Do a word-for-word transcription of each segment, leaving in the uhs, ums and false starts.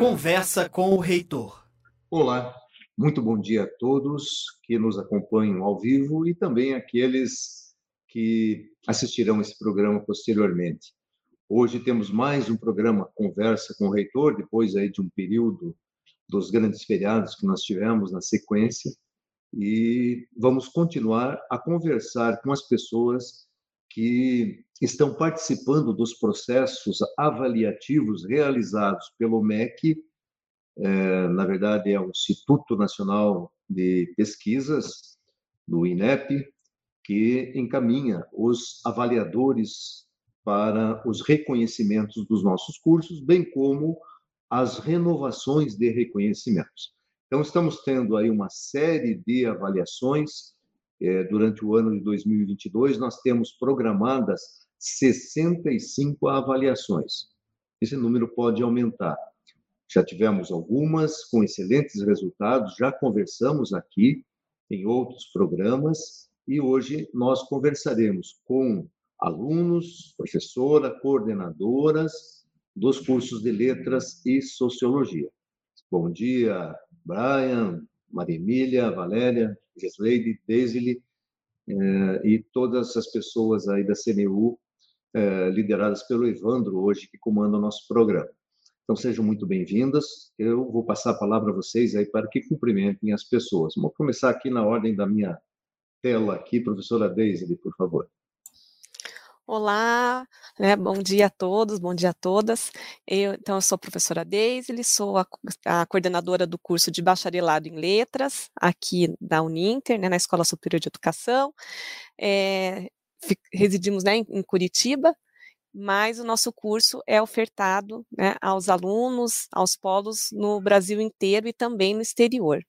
Conversa com o reitor. Olá, muito bom dia a todos que nos acompanham ao vivo e também aqueles que assistirão esse programa posteriormente. Hoje temos mais um programa Conversa com o Reitor, depois aí de um período dos grandes feriados que nós tivemos na sequência, e vamos continuar a conversar com as pessoas que estão participando dos processos avaliativos realizados pelo M E C. Na verdade, é o Instituto Nacional de Pesquisas, do INEP, que encaminha os avaliadores para os reconhecimentos dos nossos cursos, bem como as renovações de reconhecimentos. Então, estamos tendo aí uma série de avaliações. Durante o ano de dois mil e vinte e dois, nós temos programadas sessenta e cinco avaliações. Esse número pode aumentar. Já tivemos algumas com excelentes resultados, já conversamos aqui em outros programas e hoje nós conversaremos com alunos, professora, coordenadoras dos cursos de Letras e Sociologia. Bom dia, Brian, Maria Emília, Valéria, Gesleide, Deisile e todas as pessoas aí da C N U, lideradas pelo Evandro hoje, que comanda o nosso programa. Então, sejam muito bem-vindas. Eu vou passar a palavra a vocês aí para que cumprimentem as pessoas. Vou começar aqui na ordem da minha tela aqui, professora Deisile, por favor. Olá, né, bom dia a todos, bom dia a todas. Eu, então, eu sou a professora Deisile, sou a, a coordenadora do curso de bacharelado em letras, aqui da Uninter, né, na Escola Superior de Educação. É, residimos, né, em, em Curitiba, mas o nosso curso é ofertado, né, aos alunos, aos polos no Brasil inteiro e também no exterior.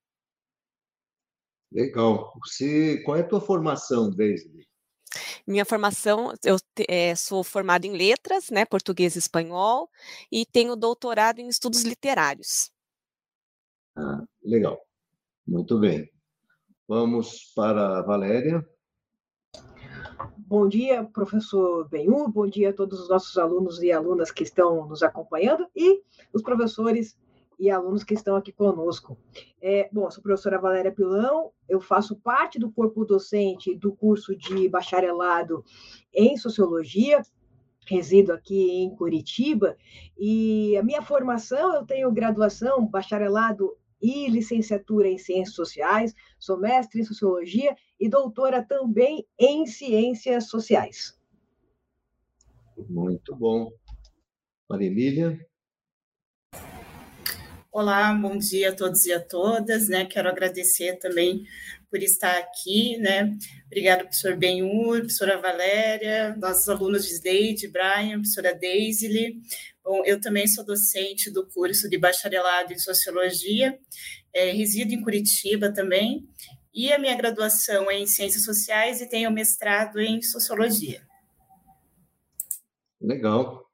Legal. Você, qual é a tua formação, Deisile? Minha formação, eu é, sou formada em letras, né, português e espanhol, e tenho doutorado em estudos literários. Ah, legal. Muito bem. Vamos para a Valéria. Bom dia, professor Benhur, bom dia a todos os nossos alunos e alunas que estão nos acompanhando e os professores e alunos que estão aqui conosco. É, bom, sou a professora Valéria Pilão, eu faço parte do corpo docente do curso de bacharelado em Sociologia, resido aqui em Curitiba, e a minha formação, eu tenho graduação, bacharelado e licenciatura em Ciências Sociais, sou mestre em Sociologia e doutora também em Ciências Sociais. Muito bom. Maria Emília. Olá, bom dia a todos e a todas, né? Quero agradecer também por estar aqui, né? Obrigada, professor Benhur, professora Valéria, nossos alunos de Sleide, Brian, professora Deisile. Bom, eu também sou docente do curso de bacharelado em Sociologia, é, resido em Curitiba também, e a minha graduação é em Ciências Sociais e tenho mestrado em Sociologia. Legal.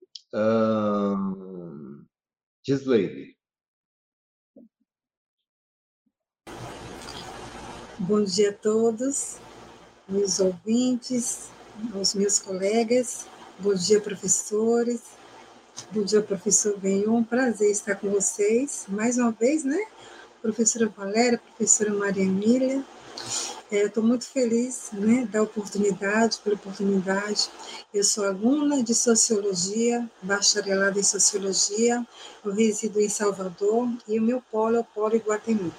Uh... Gesleide. Bom dia a todos, meus ouvintes, aos meus colegas. Bom dia, professores. Bom dia, professor Benhur. Um prazer estar com vocês mais uma vez, né? Professora Valéria, professora Maria Emília. É, estou muito feliz, né, da oportunidade, pela oportunidade. Eu sou aluna de Sociologia, bacharelada em Sociologia. Eu resido em Salvador e o meu polo é o Polo Iguatemi.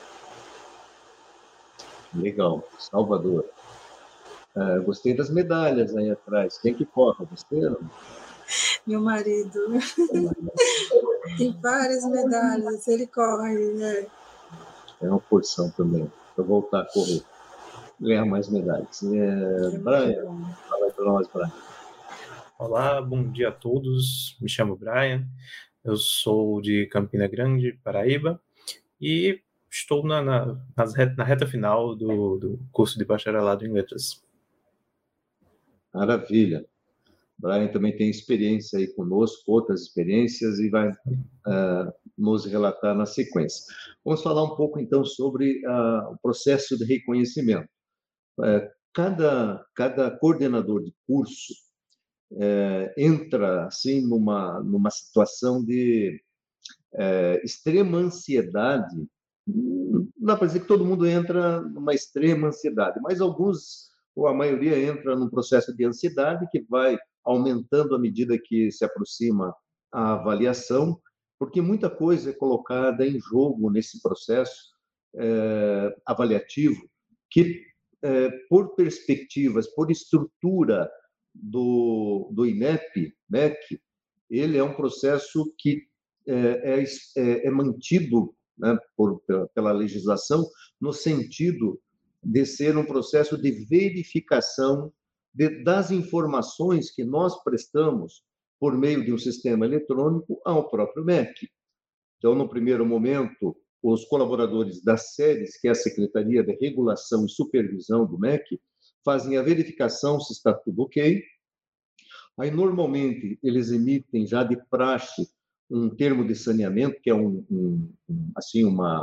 Legal, Salvador. Uh, gostei das medalhas aí atrás. Quem que corre? Você? Meu marido. Tem várias medalhas, ele corre. Né? É uma porção também, para voltar a correr. Ganhar mais medalhas. É, Brian, fala para nós, Brian. Olá, bom dia a todos. Me chamo Brian. Eu sou de Campina Grande, Paraíba, e estou na, na, na reta final do, do curso de bacharelado em letras. Maravilha. Brian também tem experiência aí conosco, outras experiências, e vai uh, nos relatar na sequência. Vamos falar um pouco, então, sobre uh, o processo de reconhecimento. Uh, cada, cada coordenador de curso uh, entra, assim, numa, numa situação de é, extrema ansiedade, não dá para dizer que todo mundo entra numa extrema ansiedade, mas alguns, ou a maioria, entra num processo de ansiedade que vai aumentando à medida que se aproxima a avaliação, porque muita coisa é colocada em jogo nesse processo é, avaliativo, que, é, por perspectivas, por estrutura do, do INEP, M E C, ele é um processo que é, é, é mantido, né, por, pela legislação, no sentido de ser um processo de verificação de, das informações que nós prestamos por meio de um sistema eletrônico ao próprio M E C. Então, no primeiro momento, os colaboradores das séries, que é a Secretaria de Regulação e Supervisão do M E C, fazem a verificação se está tudo ok. Aí, normalmente, eles emitem já de praxe um termo de saneamento, que é um, um, assim, uma,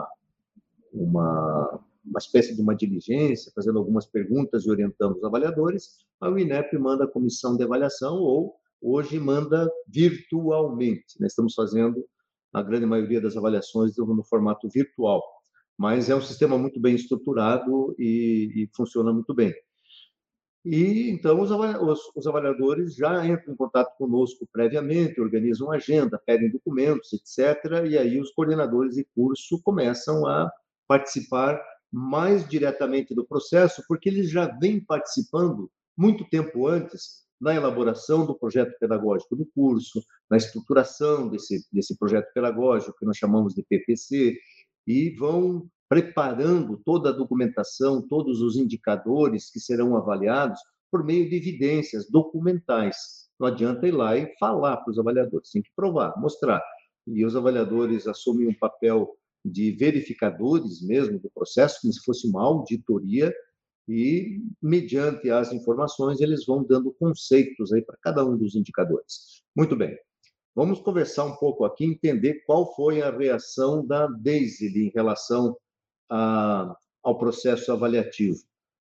uma, uma espécie de uma diligência, fazendo algumas perguntas e orientando os avaliadores. Aí o INEP manda a comissão de avaliação, ou hoje manda virtualmente. Nós estamos fazendo a grande maioria das avaliações no formato virtual, mas é um sistema muito bem estruturado e, e funciona muito bem. E, então, os, os, os avaliadores já entram em contato conosco previamente, organizam agenda, pedem documentos, etcétera. E aí os coordenadores de curso começam a participar mais diretamente do processo, porque eles já vêm participando muito tempo antes na elaboração do projeto pedagógico do curso, na estruturação desse, desse projeto pedagógico, que nós chamamos de P P C, e vão preparando toda a documentação, todos os indicadores que serão avaliados por meio de evidências documentais. Não adianta ir lá e falar para os avaliadores, tem que provar, mostrar. E os avaliadores assumem um papel de verificadores mesmo do processo, como se fosse uma auditoria, e, mediante as informações, eles vão dando conceitos aí para cada um dos indicadores. Muito bem. Vamos conversar um pouco aqui, entender qual foi a reação da Daisy em relação a, ao processo avaliativo.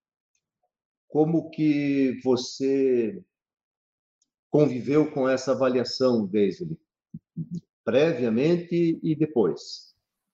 Como que você conviveu com essa avaliação, Daisy, previamente e depois?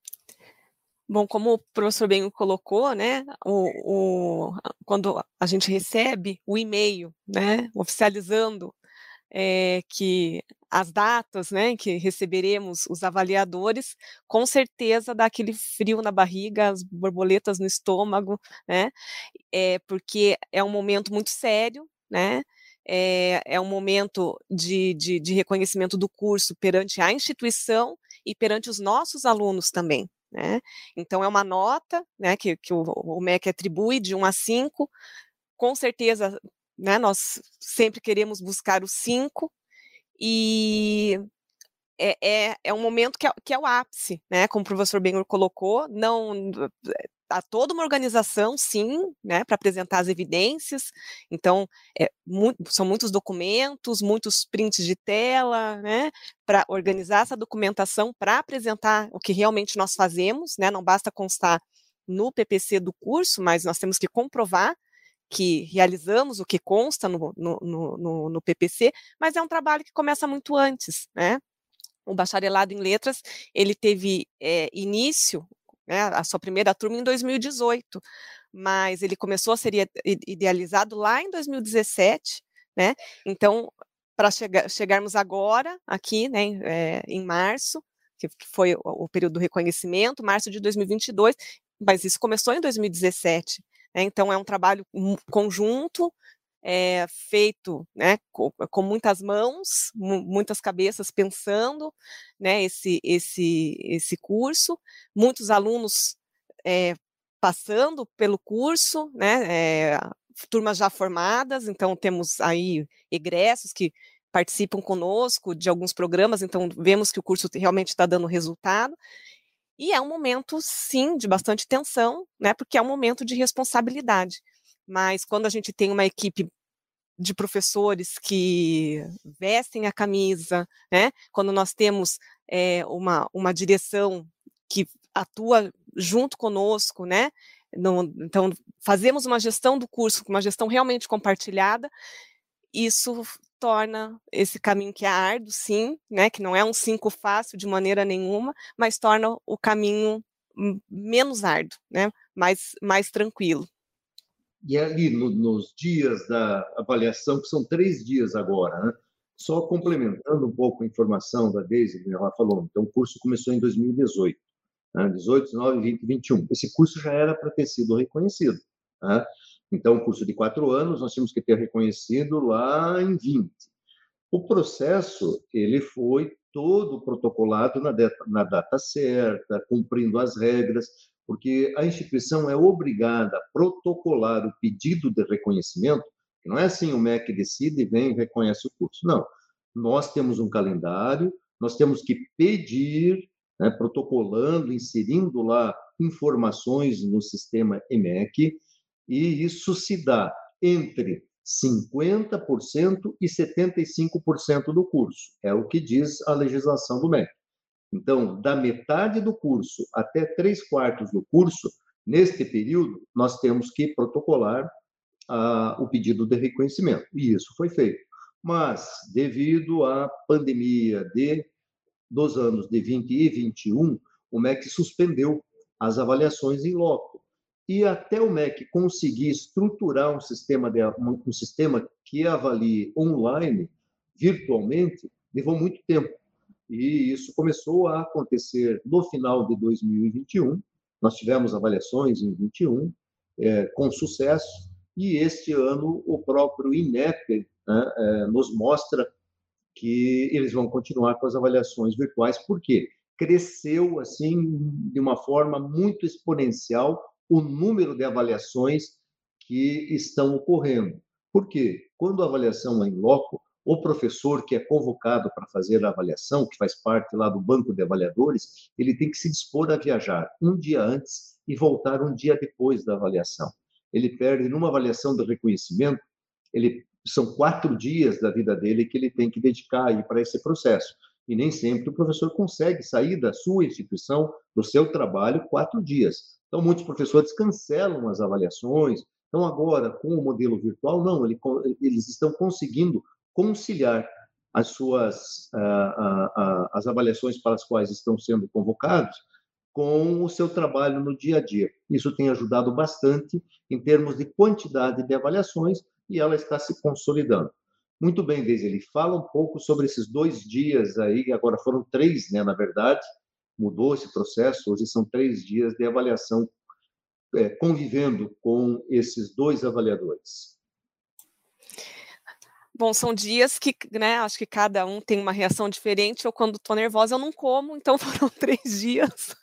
Bom, como o professor bem colocou, né, o, o, quando a gente recebe o e-mail, né, oficializando é, que as datas, né, que receberemos os avaliadores, com certeza dá aquele frio na barriga, as borboletas no estômago, né, é, porque é um momento muito sério, né, é, é um momento de, de, de reconhecimento do curso perante a instituição e perante os nossos alunos também. Né? Então, é uma nota, né, que, que o, o M E C atribui de um a cinco, com certeza, né, nós sempre queremos buscar o cinco, e é, é, é um momento que é, que é o ápice, né, como o professor Benhur colocou, não... Há toda uma organização, sim, né, para apresentar as evidências, então, é, mu- são muitos documentos, muitos prints de tela, né, para organizar essa documentação, para apresentar o que realmente nós fazemos, né, não basta constar no P P C do curso, mas nós temos que comprovar que realizamos o que consta no, no, no, no P P C, mas é um trabalho que começa muito antes, né. O bacharelado em letras, ele teve é, início, né, a sua primeira turma em dois mil e dezoito, mas ele começou a ser idealizado lá em dois mil e dezessete, né, então, para chegar, chegarmos agora, aqui, né, é, em março, que foi o, o período do reconhecimento, março de dois mil e vinte e dois, mas isso começou em dois mil e dezessete, né, então é um trabalho conjunto, É, feito, né, com, com muitas mãos, muitas cabeças pensando, né, esse, esse, esse curso, muitos alunos é, passando pelo curso, né, é, turmas já formadas, então temos aí egressos que participam conosco de alguns programas, então vemos que o curso realmente está dando resultado, e é um momento, sim, de bastante tensão, né, porque é um momento de responsabilidade. Mas quando a gente tem uma equipe de professores que vestem a camisa, né, quando nós temos é, uma, uma direção que atua junto conosco, né, no, então fazemos uma gestão do curso, uma gestão realmente compartilhada, isso torna esse caminho que é árduo, sim, né, que não é um cinco fácil de maneira nenhuma, mas torna o caminho menos árduo, né, mais, mais tranquilo. E ali no, nos dias da avaliação, que são três dias agora, né? Só complementando um pouco a informação da Deise, que ela falou, então o curso começou em dois mil e dezoito, né? dezoito, dezenove, vinte, vinte e um. Esse curso já era para ter sido reconhecido, né? Então, o curso de quatro anos, nós tínhamos que ter reconhecido lá em vinte. O processo, ele foi todo protocolado na data, na data certa, cumprindo as regras, porque a instituição é obrigada a protocolar o pedido de reconhecimento, que não é assim o M E C decide e vem e reconhece o curso. Não. Nós temos um calendário, nós temos que pedir, né, protocolando, inserindo lá informações no sistema M E C, e isso se dá entre cinquenta por cento e setenta e cinco por cento do curso. É o que diz a legislação do M E C. Então, da metade do curso até três quartos do curso, neste período, nós temos que protocolar ah, o pedido de reconhecimento. E isso foi feito. Mas, devido à pandemia de, dos anos de vinte e vinte e um, o M E C suspendeu as avaliações em loco. E até o M E C conseguir estruturar um sistema, de, um, um sistema que avalie online, virtualmente, levou muito tempo. E isso começou a acontecer no final de dois mil e vinte e um. Nós tivemos avaliações em vinte e um, é, com sucesso, e este ano o próprio INEP, né, é, nos mostra que eles vão continuar com as avaliações virtuais. Por quê? Cresceu assim de uma forma muito exponencial o número de avaliações que estão ocorrendo. Por quê? Quando a avaliação é em loco, o professor que é convocado para fazer a avaliação, que faz parte lá do banco de avaliadores, ele tem que se dispor a viajar um dia antes e voltar um dia depois da avaliação. Ele perde, numa avaliação de reconhecimento, ele, são quatro dias da vida dele que ele tem que dedicar aí para esse processo. E nem sempre o professor consegue sair da sua instituição, do seu trabalho, quatro dias. Então, muitos professores cancelam as avaliações. Então, agora, com o modelo virtual, não, ele, eles estão conseguindo conciliar as suas uh, uh, uh, as avaliações para as quais estão sendo convocados com o seu trabalho no dia a dia. Isso tem ajudado bastante em termos de quantidade de avaliações e ela está se consolidando. Muito bem, Deise, ele fala um pouco sobre esses dois dias aí, agora foram três, né, na verdade, mudou esse processo, hoje são três dias de avaliação, é, convivendo com esses dois avaliadores. Bom, são dias que, né, acho que cada um tem uma reação diferente. Eu, quando estou nervosa, eu não como, então foram três dias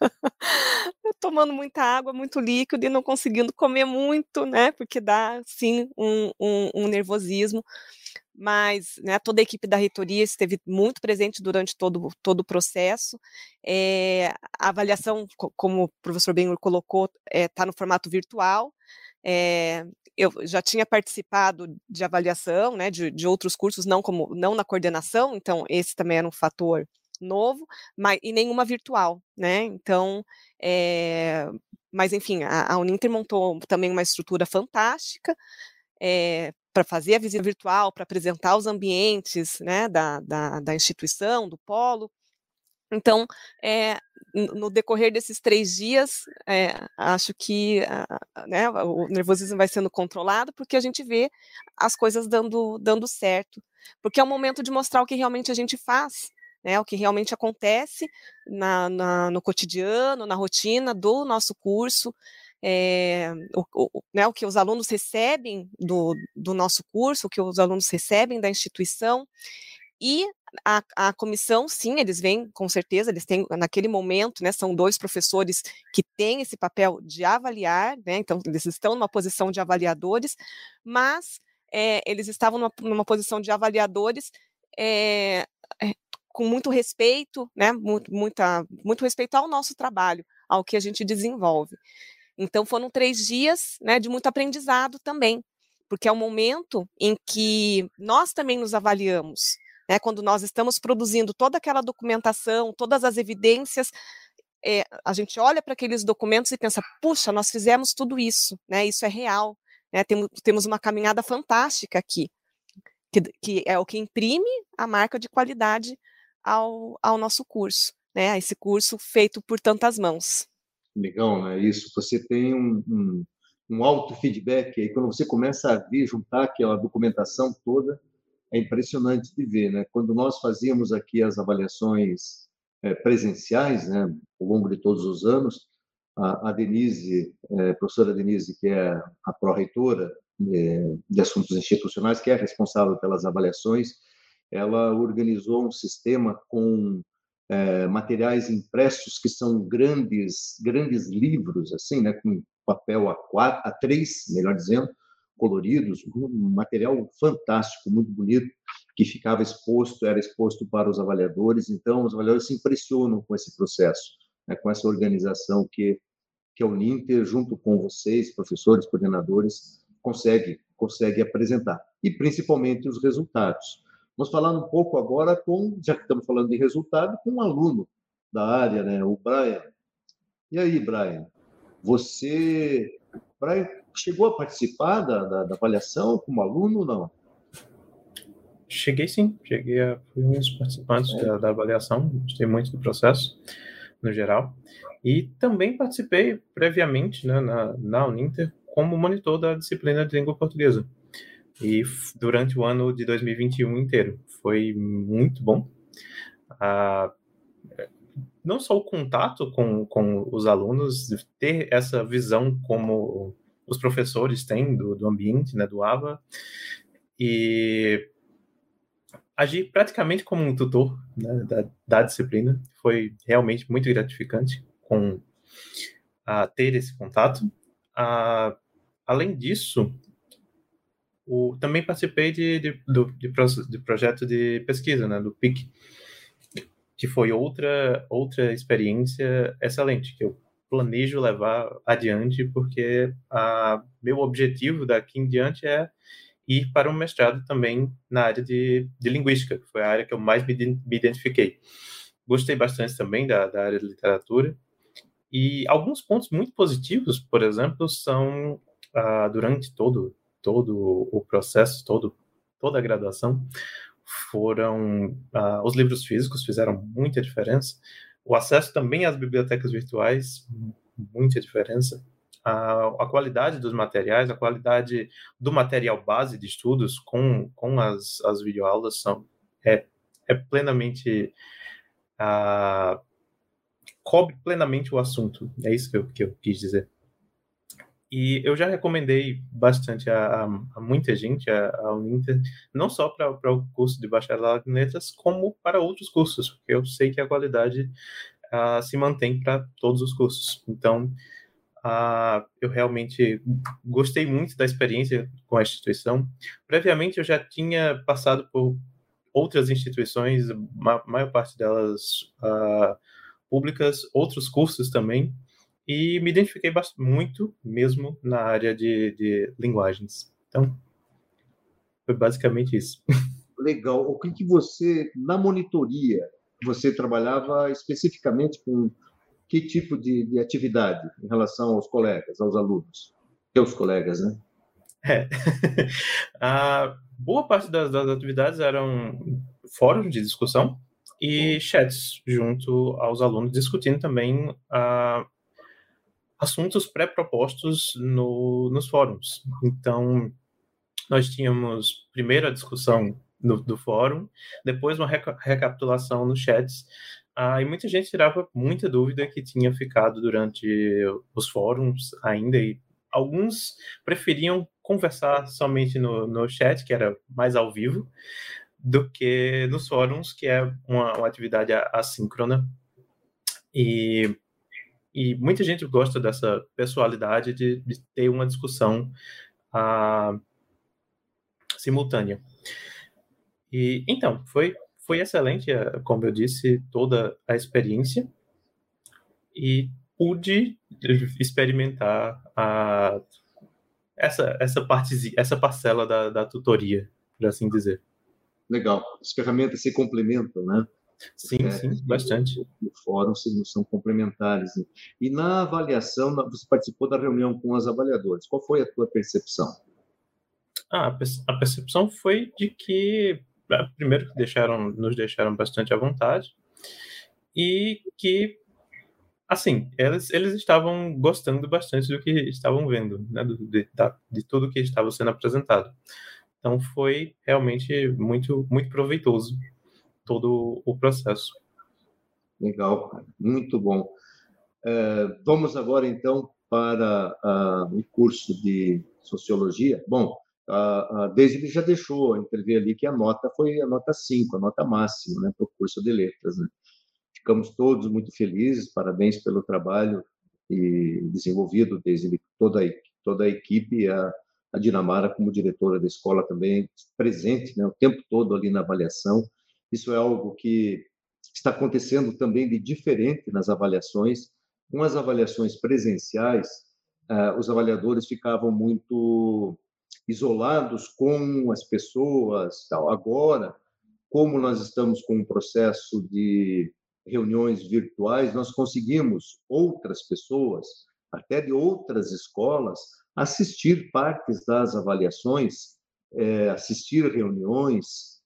tomando muita água, muito líquido e não conseguindo comer muito, né, porque dá, sim, um, um, um nervosismo. Mas, né, toda a equipe da reitoria esteve muito presente durante todo, todo o processo. É, a avaliação, como o professor Benhur colocou, está é, no formato virtual. É, eu já tinha participado de avaliação, né, de, de outros cursos, não, como, não na coordenação, então esse também era um fator novo, mas, e nenhuma virtual, né, então, é, mas enfim, a, a Uninter montou também uma estrutura fantástica, é, para fazer a visita virtual, para apresentar os ambientes, né, da, da, da instituição, do polo. Então, é, no decorrer desses três dias, é, acho que né, o nervosismo vai sendo controlado, porque a gente vê as coisas dando, dando certo, porque é o momento de mostrar o que realmente a gente faz, né, o que realmente acontece na, na, no cotidiano, na rotina do nosso curso, é, o, o, né, o que os alunos recebem do, do nosso curso, o que os alunos recebem da instituição. E a, a comissão, sim, eles vêm, com certeza, eles têm, naquele momento, né, são dois professores que têm esse papel de avaliar, né, então eles estão numa posição de avaliadores, mas é, eles estavam numa, numa posição de avaliadores é, é, com muito respeito, né, muito, muita, muito respeito ao nosso trabalho, ao que a gente desenvolve. Então foram três dias, né, de muito aprendizado também, porque é um momento em que nós também nos avaliamos, né, quando nós estamos produzindo toda aquela documentação, todas as evidências, é, a gente olha para aqueles documentos e pensa, puxa, nós fizemos tudo isso, né, isso é real, né, temos, temos uma caminhada fantástica aqui. que, que é o que imprime a marca de qualidade ao, ao nosso curso, né? Esse curso feito por tantas mãos. Legal, né? Isso, você tem um, um, um auto-feedback aí, quando você começa a ver, juntar aquela documentação toda, é impressionante de ver, né? Quando nós fazíamos aqui as avaliações é, presenciais, né, ao longo de todos os anos, a, a Denise, é, a professora Denise, que é a pró-reitora é, de assuntos institucionais, que é responsável pelas avaliações, ela organizou um sistema com é, materiais impressos que são grandes, grandes livros, assim, né, com papel A quatro, A três, melhor dizendo, coloridos, um material fantástico, muito bonito, que ficava exposto, era exposto para os avaliadores. Então, os avaliadores se impressionam com esse processo, né, com essa organização que, que a Uninter, junto com vocês, professores, coordenadores, consegue, consegue apresentar. E, principalmente, os resultados. Vamos falar um pouco agora com, já que estamos falando de resultado, com um aluno da área, né, o Brian. E aí, Brian, você... Brian, chegou a participar da, da, da avaliação como aluno ou não? Cheguei sim, cheguei a fui um dos participantes é. da, da avaliação, gostei muito do processo, no geral, e também participei previamente, né, na, na Uninter como monitor da disciplina de língua portuguesa, e durante o ano de dois mil e vinte e um inteiro, foi muito bom. Ah, não só o contato com, com os alunos, ter essa visão como os professores têm do, do ambiente, né, do A V A, e agir praticamente como um tutor, né, da, da disciplina. Foi realmente muito gratificante com, a, ter esse contato. A, além disso, o, também participei de, de, de, de, de projeto de pesquisa, né, do P I C, que foi outra, outra experiência excelente, que eu planejo levar adiante, porque a, meu objetivo daqui em diante é ir para um mestrado também na área de, de linguística, que foi a área que eu mais me, me identifiquei. Gostei bastante também da, da área de literatura, e alguns pontos muito positivos, por exemplo, são, ah, durante todo, todo o processo, todo, toda a graduação, foram ah, os livros físicos, fizeram muita diferença, o acesso também às bibliotecas virtuais, muita diferença, a, a qualidade dos materiais, a qualidade do material base de estudos com, com as, as videoaulas são, é, é plenamente, uh, cobre plenamente o assunto, é isso que eu, que eu quis dizer. E eu já recomendei bastante a, a, a muita gente, a, a Uninter, não só para o curso de bacharelado em letras, como para outros cursos, porque eu sei que a qualidade uh, se mantém para todos os cursos. Então, Uh, eu realmente gostei muito da experiência com a instituição. Previamente, eu já tinha passado por outras instituições, a maior parte delas uh, públicas, outros cursos também, e me identifiquei muito mesmo na área de, de linguagens. Então, foi basicamente isso. Legal. O que, que você, na monitoria, você trabalhava especificamente com que tipo de, de atividade em relação aos colegas, aos alunos? Teus colegas, né? É. A boa parte das, das atividades eram fóruns de discussão e chats junto aos alunos, discutindo também uh, assuntos pré-propostos no, nos fóruns. Então, nós tínhamos primeiro a discussão no, do fórum, depois uma reca- recapitulação nos chats. Ah, e muita gente tirava muita dúvida que tinha ficado durante os fóruns ainda, e alguns preferiam conversar somente no, no chat, que era mais ao vivo, do que nos fóruns, que é uma, uma atividade assíncrona. E, e muita gente gosta dessa pessoalidade de, de ter uma discussão ah, simultânea. E, então, foi... Foi excelente, como eu disse, toda a experiência, e pude experimentar a, essa, essa, parte, essa parcela da, da tutoria, por assim dizer. Legal. As ferramentas se complementam, né? Sim, é, sim, bastante. No fórum são complementares. E na avaliação, você participou da reunião com os avaliadores. Qual foi a tua percepção? Ah, a perce- a percepção foi de que, ah, primeiro, que deixaram, nos deixaram bastante à vontade e que, assim, eles, eles estavam gostando bastante do que estavam vendo, né, do, de, da, de tudo que estava sendo apresentado. Então, foi realmente muito, muito proveitoso todo o processo. Legal, cara. Muito bom. É, vamos agora, então, para ah, o curso de Sociologia. Bom, a, a Deise já deixou entrever ali que a nota foi a nota cinco, a nota máxima, né, para o curso de Letras, né? Ficamos todos muito felizes, parabéns pelo trabalho e desenvolvido, Deise, toda, a- toda a equipe, a, a Dinamara como diretora da escola também, presente, né, o tempo todo ali na avaliação. Isso é algo que está acontecendo também de diferente nas avaliações. Com as avaliações presenciais, ah, os avaliadores ficavam muito isolados com as pessoas. Tal. Agora, como nós estamos com um processo de reuniões virtuais, nós conseguimos outras pessoas, até de outras escolas, assistir partes das avaliações, eh, assistir reuniões,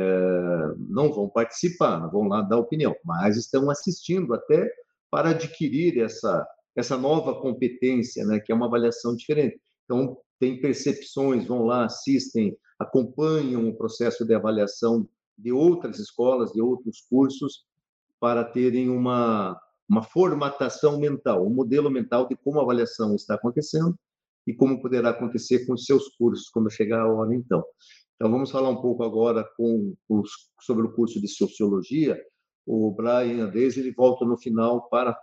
eh, não vão participar, não vão lá dar opinião, mas estão assistindo até para adquirir essa, essa nova competência, né, que é uma avaliação diferente. Então, tem percepções, vão lá, assistem, acompanham o processo de avaliação de outras escolas, de outros cursos, para terem uma, uma formatação mental, um modelo mental de como a avaliação está acontecendo e como poderá acontecer com os seus cursos quando chegar a hora, então. Então, vamos falar um pouco agora com os, sobre o curso de Sociologia. O Brian e a Deise, ele volta no final para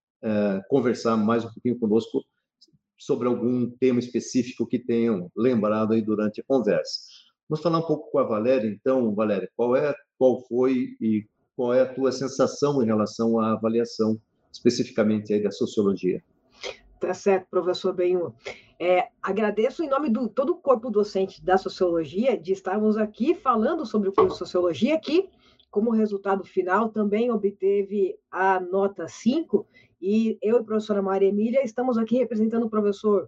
é, conversar mais um pouquinho conosco sobre algum tema específico que tenham lembrado aí durante a conversa. Vamos falar um pouco com a Valéria, então, Valéria, qual é, qual foi e qual é a tua sensação em relação à avaliação, especificamente aí da sociologia? Tá certo, professor Benhur. É, agradeço em nome de todo o corpo docente da Sociologia de estarmos aqui falando sobre o curso de Sociologia, que, como resultado final, também obteve a nota cinco, e eu e a professora Maria Emília estamos aqui representando o professor,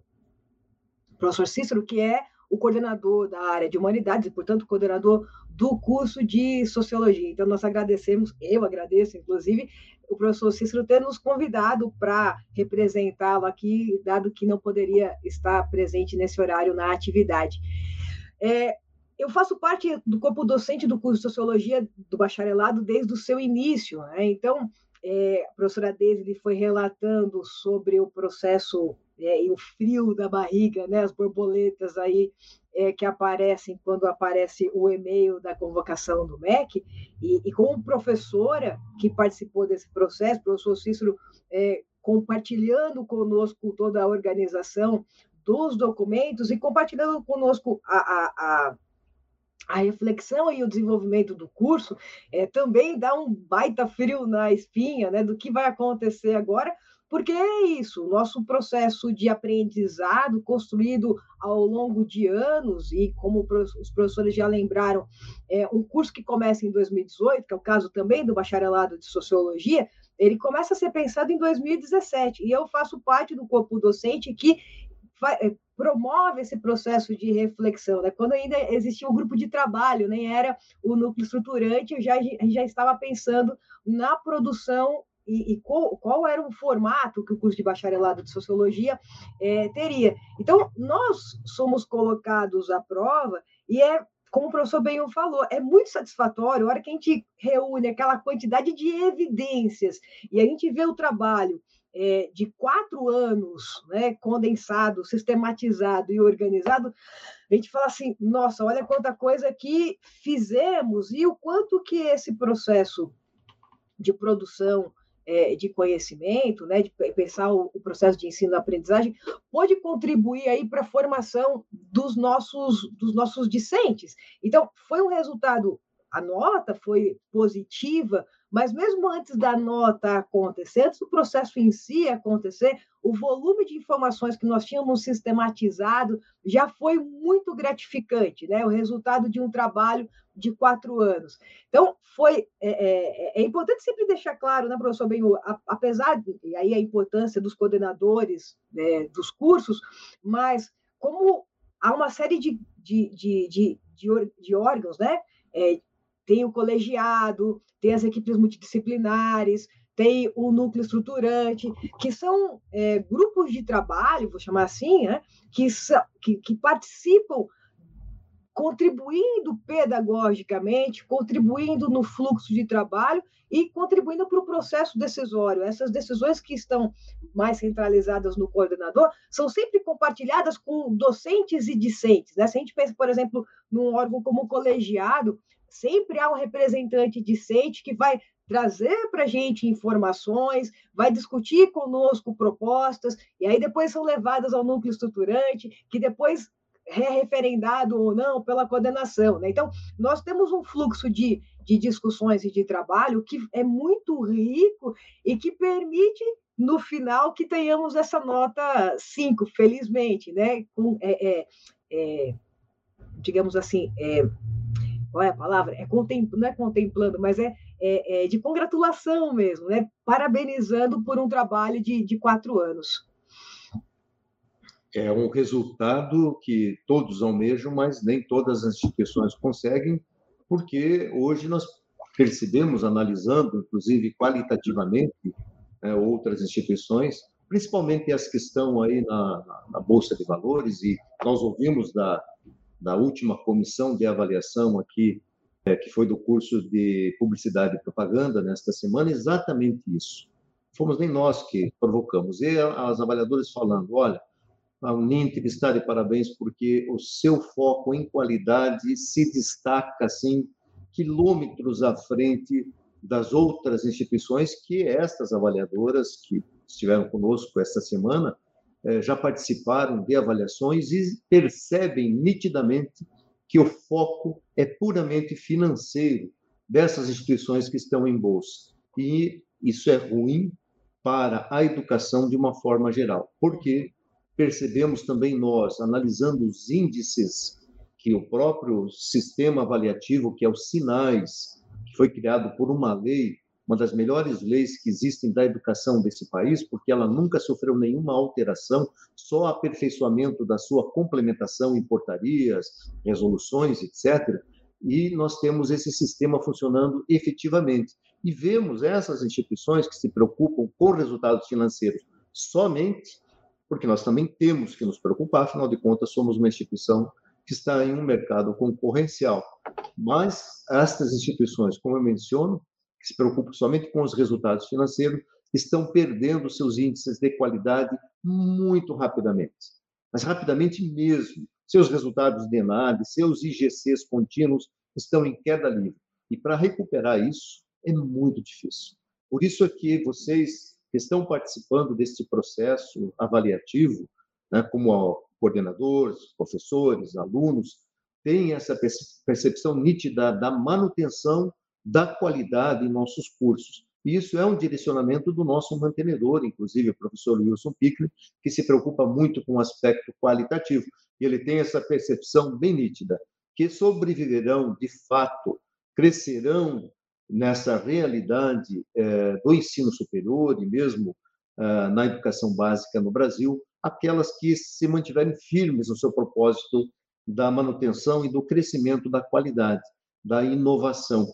o professor Cícero, que é o coordenador da área de Humanidades e, portanto, coordenador do curso de Sociologia. Então, nós agradecemos, eu agradeço, inclusive, o professor Cícero ter nos convidado para representá-lo aqui, dado que não poderia estar presente nesse horário na atividade. É, eu faço parte do corpo docente do curso de Sociologia do bacharelado desde o seu início, né? Então, é, a professora Deise foi relatando sobre o processo é, e o frio da barriga, né? As borboletas aí é, que aparecem quando aparece o e-mail da convocação do M E C, e, e como professora que participou desse processo, o professor Cícero é, compartilhando conosco toda a organização dos documentos e compartilhando conosco a, a, a a reflexão e o desenvolvimento do curso, é, também dá um baita frio na espinha, né, do que vai acontecer agora, porque é isso, o nosso processo de aprendizado construído ao longo de anos, e como os professores já lembraram, é um curso que começa em dois mil e dezoito, que é o caso também do bacharelado de Sociologia, ele começa a ser pensado em dois mil e dezessete, e eu faço parte do corpo docente que promove esse processo de reflexão, né? Quando ainda existia um grupo de trabalho, nem era o núcleo estruturante, eu já, a gente já estava pensando na produção e, e qual, qual era o formato que o curso de bacharelado de Sociologia é, teria. Então, nós somos colocados à prova e é, como o professor Benhur falou, é muito satisfatório a hora que a gente reúne aquela quantidade de evidências e a gente vê o trabalho É, de quatro anos, né, condensado, sistematizado e organizado, a gente fala assim, nossa, olha quanta coisa que fizemos e o quanto que esse processo de produção é, de conhecimento, né, de pensar o, o processo de ensino-aprendizagem, pode contribuir aí para a formação dos nossos, dos nossos discentes. Então, foi um resultado, a nota foi positiva, mas mesmo antes da nota acontecer, antes do processo em si acontecer, o volume de informações que nós tínhamos sistematizado já foi muito gratificante, né? O resultado de um trabalho de quatro anos. Então, foi, é, é, é importante sempre deixar claro, né, professor Benhur, apesar, de, e aí a importância dos coordenadores né, dos cursos, mas como há uma série de, de, de, de, de, de órgãos, né? É, tem o colegiado, tem as equipes multidisciplinares, tem o núcleo estruturante, que são é, grupos de trabalho, vou chamar assim, né? que, que, que participam contribuindo pedagogicamente, contribuindo no fluxo de trabalho e contribuindo para o processo decisório. Essas decisões que estão mais centralizadas no coordenador são sempre compartilhadas com docentes e discentes, né? Se a gente pensa, por exemplo, num órgão como o colegiado, sempre há um representante discente que vai trazer para a gente informações, vai discutir conosco propostas, e aí depois são levadas ao núcleo estruturante, que depois é referendado ou não pela coordenação, né? Então, nós temos um fluxo de, de discussões e de trabalho que é muito rico e que permite, no final, que tenhamos essa nota cinco, felizmente, né? Com, é, é, é, digamos assim, é, qual é a palavra? É contempl... Não é contemplando, mas é, é, é de congratulação mesmo, né? Parabenizando por um trabalho de, de quatro anos. É um resultado que todos almejam, mas nem todas as instituições conseguem, porque hoje nós percebemos, analisando, inclusive qualitativamente, né, outras instituições, principalmente as que estão aí na, na Bolsa de Valores, e nós ouvimos da, da última comissão de avaliação aqui, é, que foi do curso de Publicidade e Propaganda, nesta semana, exatamente isso. Fomos nem nós que provocamos, e as avaliadoras falando, olha, a Uninter está de parabéns porque o seu foco em qualidade se destaca assim quilômetros à frente das outras instituições que estas avaliadoras que estiveram conosco esta semana já participaram de avaliações e percebem nitidamente que o foco é puramente financeiro dessas instituições que estão em bolsa. E isso é ruim para a educação de uma forma geral. Por quê? Percebemos também nós, analisando os índices que o próprio sistema avaliativo, que é o SINAIS, que foi criado por uma lei, uma das melhores leis que existem da educação desse país, porque ela nunca sofreu nenhuma alteração, só aperfeiçoamento da sua complementação em portarias, resoluções, etcétera. E nós temos esse sistema funcionando efetivamente. E vemos essas instituições que se preocupam com resultados financeiros somente porque nós também temos que nos preocupar, afinal de contas, somos uma instituição que está em um mercado concorrencial. Mas estas instituições, como eu menciono, que se preocupam somente com os resultados financeiros, estão perdendo seus índices de qualidade muito rapidamente. Mas rapidamente mesmo. Seus resultados de ENAD, seus I G Cs contínuos estão em queda livre. E para recuperar isso é muito difícil. Por isso é que vocês que estão participando desse processo avaliativo, né, como coordenadores, professores, alunos, têm essa percepção nítida da manutenção da qualidade em nossos cursos. E isso é um direcionamento do nosso mantenedor, inclusive o professor Wilson Pickler, que se preocupa muito com o aspecto qualitativo. E ele tem essa percepção bem nítida, que sobreviverão, de fato, crescerão nessa realidade eh, do ensino superior e mesmo eh, na educação básica no Brasil, aquelas que se mantiverem firmes no seu propósito da manutenção e do crescimento da qualidade, da inovação.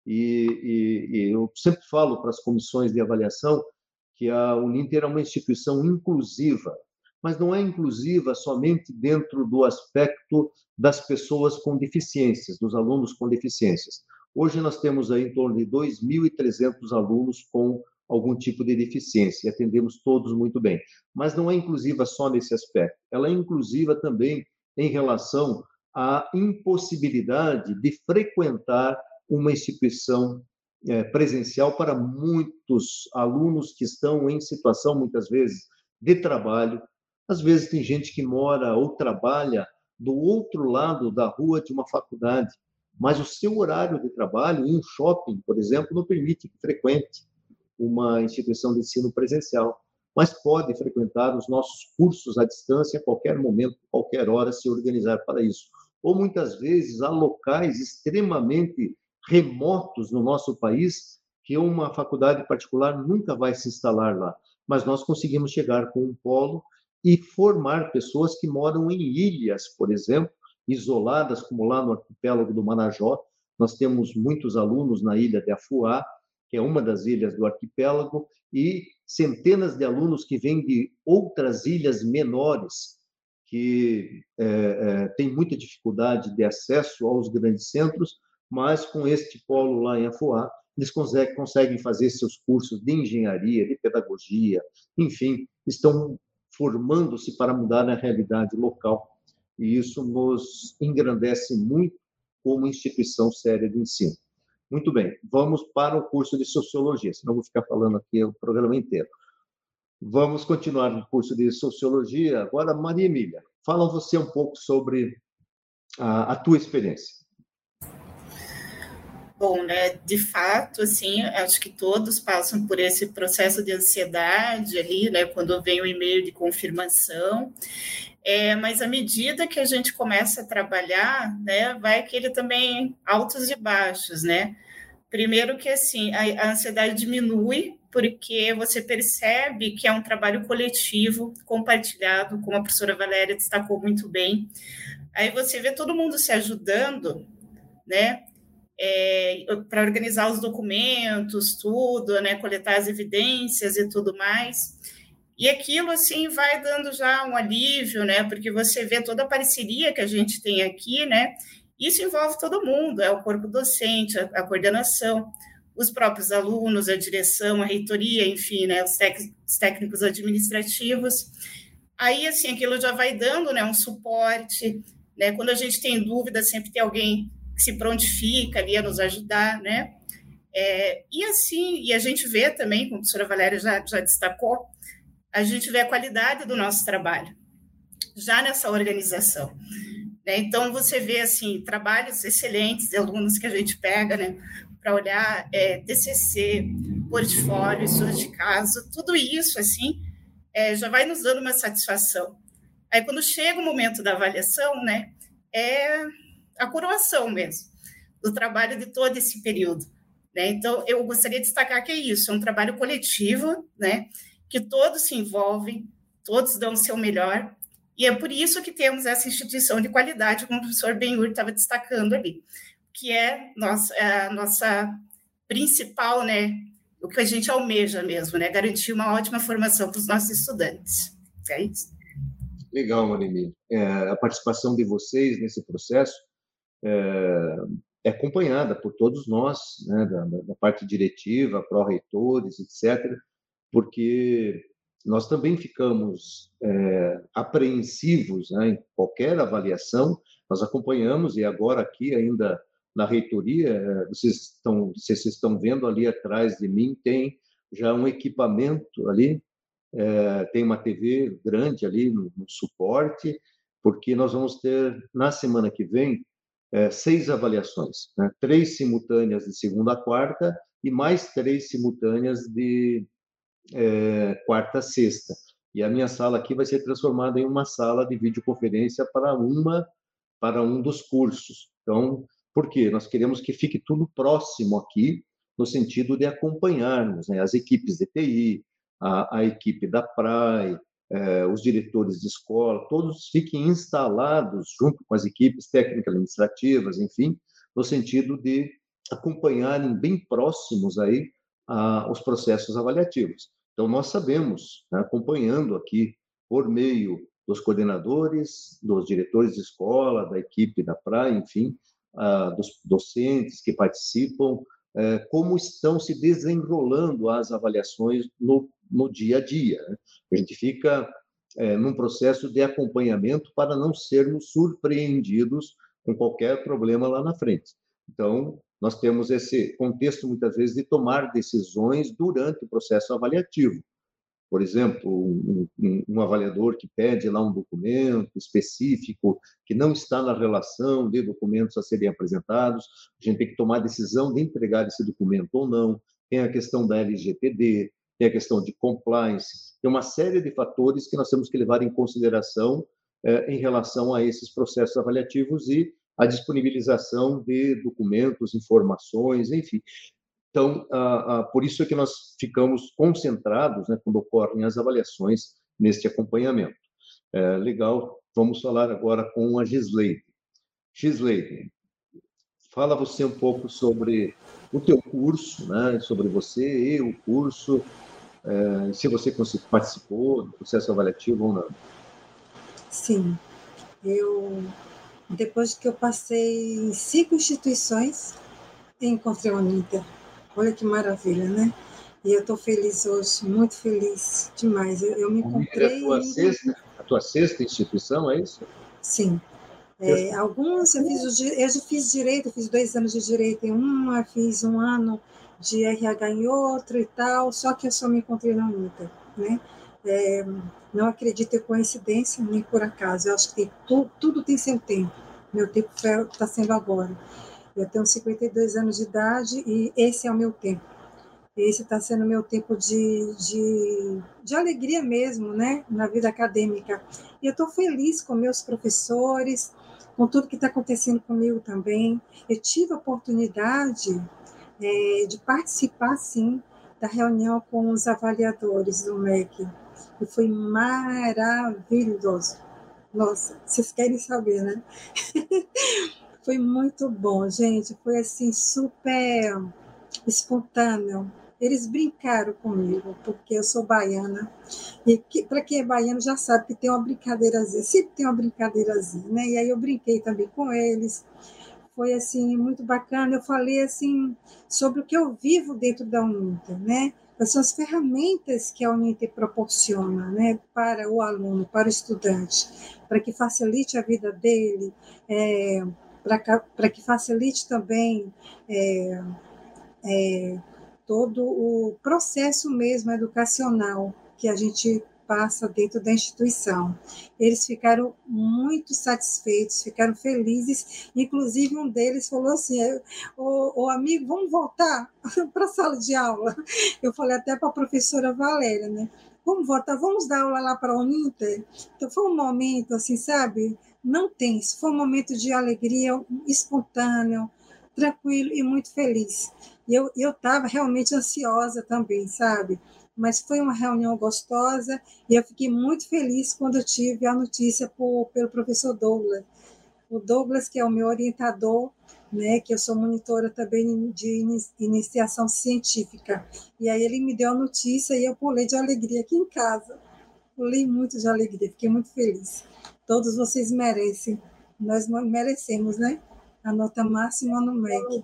E, e, e eu sempre falo para as comissões de avaliação que a Uninter é uma instituição inclusiva, mas não é inclusiva somente dentro do aspecto das pessoas com deficiências, dos alunos com deficiências. Hoje nós temos aí em torno de dois mil e trezentos alunos com algum tipo de deficiência, e atendemos todos muito bem. Mas não é inclusiva só nesse aspecto, ela é inclusiva também em relação à impossibilidade de frequentar uma instituição é, presencial para muitos alunos que estão em situação, muitas vezes, de trabalho. Às vezes tem gente que mora ou trabalha do outro lado da rua de uma faculdade, mas o seu horário de trabalho em um shopping, por exemplo, não permite que frequente uma instituição de ensino presencial, mas pode frequentar os nossos cursos à distância a qualquer momento, qualquer hora, se organizar para isso. Ou muitas vezes há locais extremamente remotos no nosso país que uma faculdade particular nunca vai se instalar lá, mas nós conseguimos chegar com um polo e formar pessoas que moram em ilhas, por exemplo, isoladas, como lá no arquipélago do Marajó. Nós temos muitos alunos na ilha de Afuá, que é uma das ilhas do arquipélago, e centenas de alunos que vêm de outras ilhas menores, que é, é, têm muita dificuldade de acesso aos grandes centros, mas com este polo lá em Afuá, eles conseguem, conseguem fazer seus cursos de engenharia, de pedagogia, enfim, estão formando-se para mudar a realidade local. E isso nos engrandece muito como instituição séria de ensino. Muito bem, vamos para o curso de Sociologia, senão eu vou ficar falando aqui o programa inteiro. Vamos continuar no curso de Sociologia. Agora, Maria Emília, fala você um pouco sobre a, a tua experiência. Bom, né, de fato, assim, acho que todos passam por esse processo de ansiedade ali, né, quando vem o e-mail de confirmação, é, mas à medida que a gente começa a trabalhar, né, vai aquele também altos e baixos, né, primeiro que, assim, a, a ansiedade diminui, porque você percebe que é um trabalho coletivo, compartilhado, como a professora Valéria destacou muito bem, aí você vê todo mundo se ajudando, né, É, para organizar os documentos, tudo, né, coletar as evidências e tudo mais. E aquilo, assim, vai dando já um alívio, né, porque você vê toda a parceria que a gente tem aqui, né, isso envolve todo mundo, é o corpo docente, a, a coordenação, os próprios alunos, a direção, a reitoria, enfim, né, os, tec, os técnicos administrativos. Aí, assim, aquilo já vai dando, né, um suporte, né, quando a gente tem dúvida, sempre tem alguém que se prontifica ali a nos ajudar, né? É, e assim, e a gente vê também, como a professora Valéria já, já destacou, a gente vê a qualidade do nosso trabalho, já nessa organização. Né? Então, você vê, assim, trabalhos excelentes de alunos que a gente pega, né, para olhar é, T C C, portfólio, estudo de caso, tudo isso, assim, é, já vai nos dando uma satisfação. Aí, quando chega o momento da avaliação, né, é a coroação mesmo, do trabalho de todo esse período. Né? Então, eu gostaria de destacar que é isso, é um trabalho coletivo, né? Que todos se envolvem, todos dão o seu melhor, e é por isso que temos essa instituição de qualidade, como o professor Ben-Hur estava destacando ali, que é, nossa, é a nossa principal, né? O que a gente almeja mesmo, né? Garantir uma ótima formação para os nossos estudantes. É isso. Legal, Maria Emília. É, a participação de vocês nesse processo é, é acompanhada por todos nós, né, da, da parte diretiva, pró-reitores, etcétera, porque nós também ficamos é, apreensivos, né, em qualquer avaliação, nós acompanhamos, e agora aqui ainda na reitoria, vocês estão, vocês estão vendo ali atrás de mim, tem já um equipamento ali, é, tem uma T V grande ali no, no suporte, porque nós vamos ter, na semana que vem, É, seis avaliações, né? Três simultâneas de segunda a quarta e mais três simultâneas de é, quarta a sexta. E a minha sala aqui vai ser transformada em uma sala de videoconferência para uma para um dos cursos. Então, por quê? Nós queremos que fique tudo próximo aqui, no sentido de acompanharmos, né, as equipes de T I, a, a equipe da P R A I, Eh, os diretores de escola, todos fiquem instalados junto com as equipes técnicas administrativas, enfim, no sentido de acompanharem bem próximos aí a, os processos avaliativos. Então, nós sabemos, né, acompanhando aqui por meio dos coordenadores, dos diretores de escola, da equipe da P R A I, enfim, ah, dos docentes que participam, eh, como estão se desenrolando as avaliações no no dia a dia. Né? A gente fica é, num processo de acompanhamento para não sermos surpreendidos com qualquer problema lá na frente. Então, nós temos esse contexto, muitas vezes, de tomar decisões durante o processo avaliativo. Por exemplo, um, um, um avaliador que pede lá um documento específico que não está na relação de documentos a serem apresentados, a gente tem que tomar a decisão de entregar esse documento ou não. Tem a questão da L G P D, tem a questão de compliance, tem uma série de fatores que nós temos que levar em consideração eh, em relação a esses processos avaliativos e a disponibilização de documentos, informações, enfim. Então, ah, ah, por isso é que nós ficamos concentrados, né, quando ocorrem as avaliações neste acompanhamento. É, legal. Vamos falar agora com a Gisleide. Gisleide, fala você um pouco sobre o teu curso, né? Sobre você e o curso, é, se você participou do processo avaliativo ou não. Sim, eu, depois que eu passei em cinco instituições, encontrei a Uninter. Olha que maravilha, né? E eu estou feliz hoje, muito feliz demais. Eu, eu me encontrei... É a tua, sexta, a tua sexta instituição, é isso? Sim. É, alguns eu fiz, eu já fiz direito, eu fiz dois anos de direito em uma, fiz um ano de R H em outro e tal, só que eu só me encontrei na Uninter, né? É, não acredito em coincidência nem por acaso, eu acho que tem, tudo, tudo tem seu tempo, meu tempo está sendo agora. Eu tenho cinquenta e dois anos de idade e esse é o meu tempo. Esse está sendo o meu tempo de, de, de alegria mesmo, né, na vida acadêmica. E eu estou feliz com meus professores, com tudo que está acontecendo comigo também. Eu tive a oportunidade é, de participar, sim, da reunião com os avaliadores do M E C. E foi maravilhoso. Nossa, vocês querem saber, né? Foi muito bom, gente. Foi, assim, super espontâneo. Eles brincaram comigo, porque eu sou baiana. E que, para quem é baiano já sabe que tem uma brincadeirazinha, sempre tem uma brincadeirazinha, né? E aí eu brinquei também com eles. Foi, assim, muito bacana. Eu falei, assim, sobre o que eu vivo dentro da Uninter, né? Quais são as ferramentas que a Uninter proporciona, né, para o aluno, para o estudante, para que facilite a vida dele, é, para que facilite também é, é, todo o processo mesmo educacional que a gente passa dentro da instituição. Eles ficaram muito satisfeitos, ficaram felizes, inclusive um deles falou assim, ô, ô amigo, vamos voltar para a sala de aula. Eu falei até para a professora Valéria, né? Vamos voltar, vamos dar aula lá para a Uninter. Então foi um momento, assim, sabe, não tenso, foi um momento de alegria espontâneo, tranquilo e muito feliz. E eu estava realmente ansiosa também, sabe? Mas foi uma reunião gostosa e eu fiquei muito feliz quando eu tive a notícia por, pelo professor Douglas. O Douglas, que é o meu orientador, né, que eu sou monitora também de iniciação científica. E aí ele me deu a notícia e eu pulei de alegria aqui em casa. Pulei muito de alegria, fiquei muito feliz. Todos vocês merecem, nós merecemos, né? A nota máxima no M E C.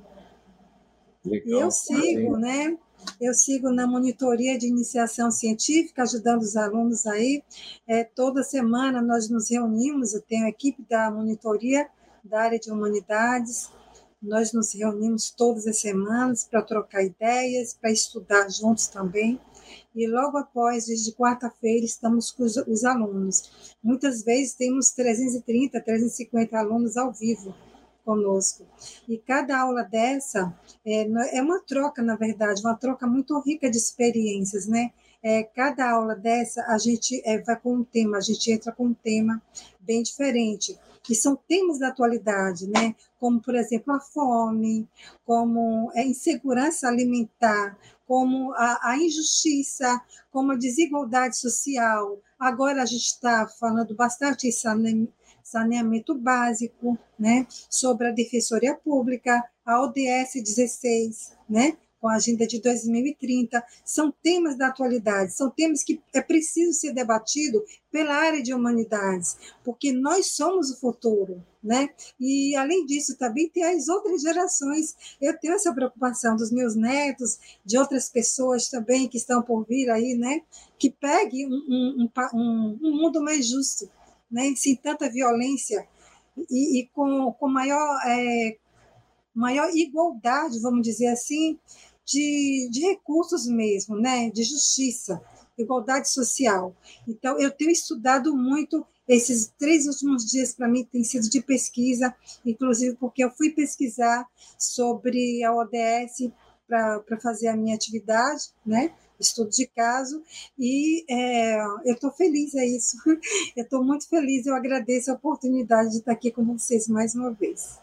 Legal. E eu sigo, né? Eu sigo na monitoria de iniciação científica, ajudando os alunos aí. É, toda semana nós nos reunimos, eu tenho a equipe da monitoria da área de humanidades, nós nos reunimos todas as semanas para trocar ideias, para estudar juntos também. E logo após, desde quarta-feira, estamos com os, os alunos. Muitas vezes temos trezentos e trinta, trezentos e cinquenta alunos ao vivo conosco. E cada aula dessa é, é uma troca, na verdade, uma troca muito rica de experiências, né? É, cada aula dessa, a gente é, vai com um tema, a gente entra com um tema bem diferente. E são temas da atualidade, né? Como, por exemplo, a fome, como a insegurança alimentar, como a, a injustiça, como a desigualdade social. Agora a gente está falando bastante isso, né? Saneamento básico, né, sobre a Defensoria Pública, a O D S dezesseis, né, com a agenda de dois mil e trinta, são temas da atualidade, são temas que é preciso ser debatido pela área de humanidades, porque nós somos o futuro, né? E, além disso, também tem as outras gerações. Eu tenho essa preocupação dos meus netos, de outras pessoas também que estão por vir aí, né, que peguem um, um, um, um mundo mais justo, né, sem tanta violência e, e com, com maior, é, maior igualdade, vamos dizer assim, de, de recursos mesmo, né, de justiça, igualdade social. Então, eu tenho estudado muito, esses três últimos dias para mim têm sido de pesquisa, inclusive porque eu fui pesquisar sobre a O D S para fazer a minha atividade, né, estudo de caso, e é, eu estou feliz, é isso. Eu estou muito feliz, eu agradeço a oportunidade de estar aqui com vocês mais uma vez.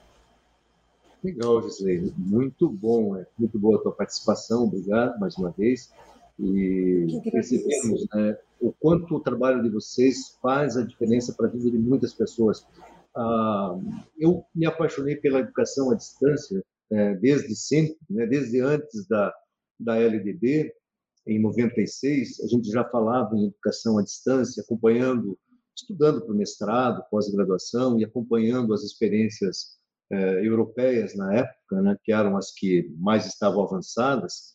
Legal, Gisele, muito bom, é muito boa a tua participação, obrigado mais uma vez. E percebemos, né, o quanto o trabalho de vocês faz a diferença para a vida de muitas pessoas. Ah, eu me apaixonei pela educação à distância é, desde sempre, né? Desde antes da, da L D B, em noventa e seis, a gente já falava em educação à distância, acompanhando, estudando para o mestrado, pós-graduação e acompanhando as experiências eh, europeias na época, né, que eram as que mais estavam avançadas.